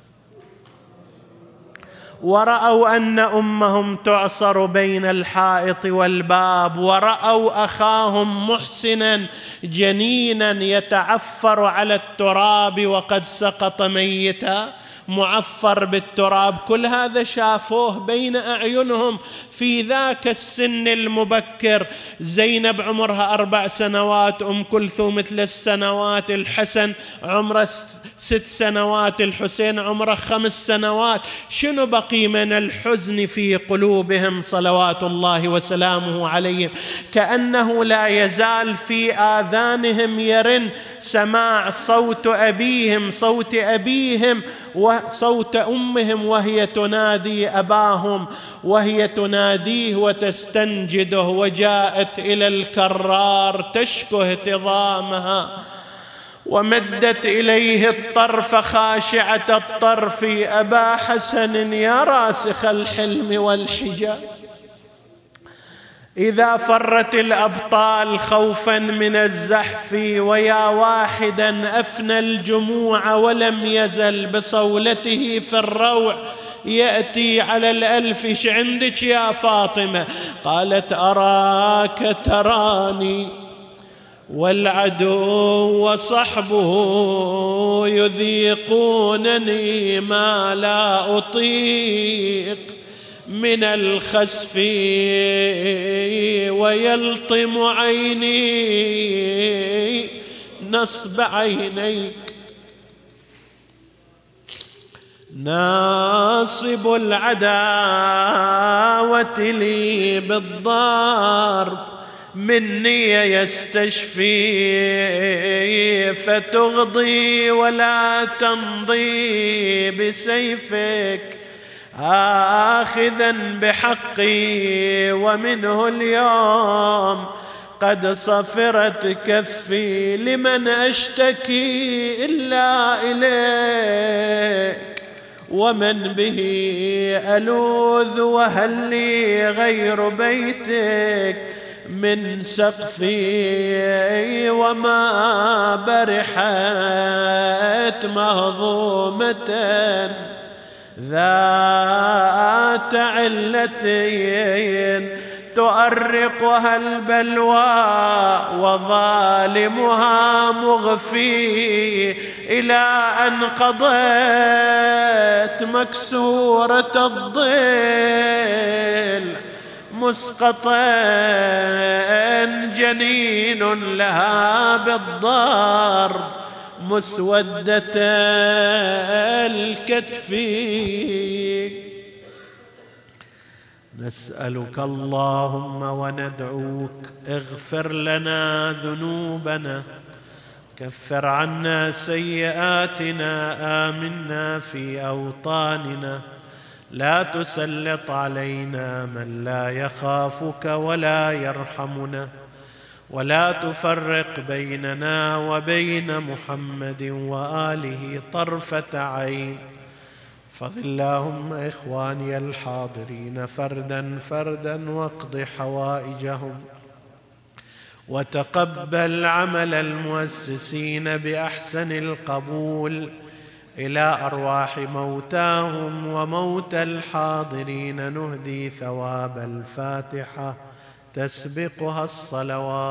ورأوا أن أمهم تعصر بين الحائط والباب، ورأوا أخاهم محسنا جنينا يتعفر على التراب وقد سقط ميتا معفر بالتراب. كل هذا شافوه بين أعينهم في ذاك السن المبكر. زينب عمرها أربع سنوات، أم كلثوم ثلاث سنوات، الحسن عمره ست سنوات، الحسين عمره خمس سنوات. شنو بقي من الحزن في قلوبهم صلوات الله وسلامه عليهم؟ كأنه لا يزال في آذانهم يرن سماع صوت أبيهم، صوت أبيهم وصوت أمهم وهي تنادي أباهم، وهي تناديه وتستنجده. وجاءت إلى الكرار تشكو اهتضامها، ومدت إليه الطرف خاشعة الطرف: أبا حسن يا راسخ الحلم والحجاب، إذا فرت الأبطال خوفا من الزحف، ويا واحدا أفنى الجموع ولم يزل بصولته في الروع يأتي على الألف. إيش عندك يا فاطمة؟ قالت: أراك تراني والعدو وصحبه يذيقونني ما لا أطيق من الخسف، ويلطم عيني نصب عينيك، ناصب العداوة لي بالضرب مني يستشفي، فتغضي ولا تمضي بسيفك آخذا بحقي، ومنه اليوم قد صفرت كفي، لمن أشتكي إلا إليك، ومن به ألوذ، وهل لي غير بيتك من سقفي، وما برحت مهضومة ذات علتين تؤرقها البلوى، وظالمها مغفي إلى أن قضيت مكسورة الظل مسقطا جنين لها بالضرب مسودة الكتف. نسألك اللهم وندعوك اغفر لنا ذنوبنا، كفر عنا سيئاتنا، آمنا في أوطاننا، لا تسلط علينا من لا يخافك ولا يرحمنا، ولا تفرق بيننا وبين محمد وآله طرفة عين. فضل اللهم إخواني الحاضرين فردا فردا، واقض حوائجهم، وتقبل عمل المؤسسين بأحسن القبول، إلى أرواح موتاهم وموتى الحاضرين نهدي ثواب الفاتحة تسبقها الصلوات.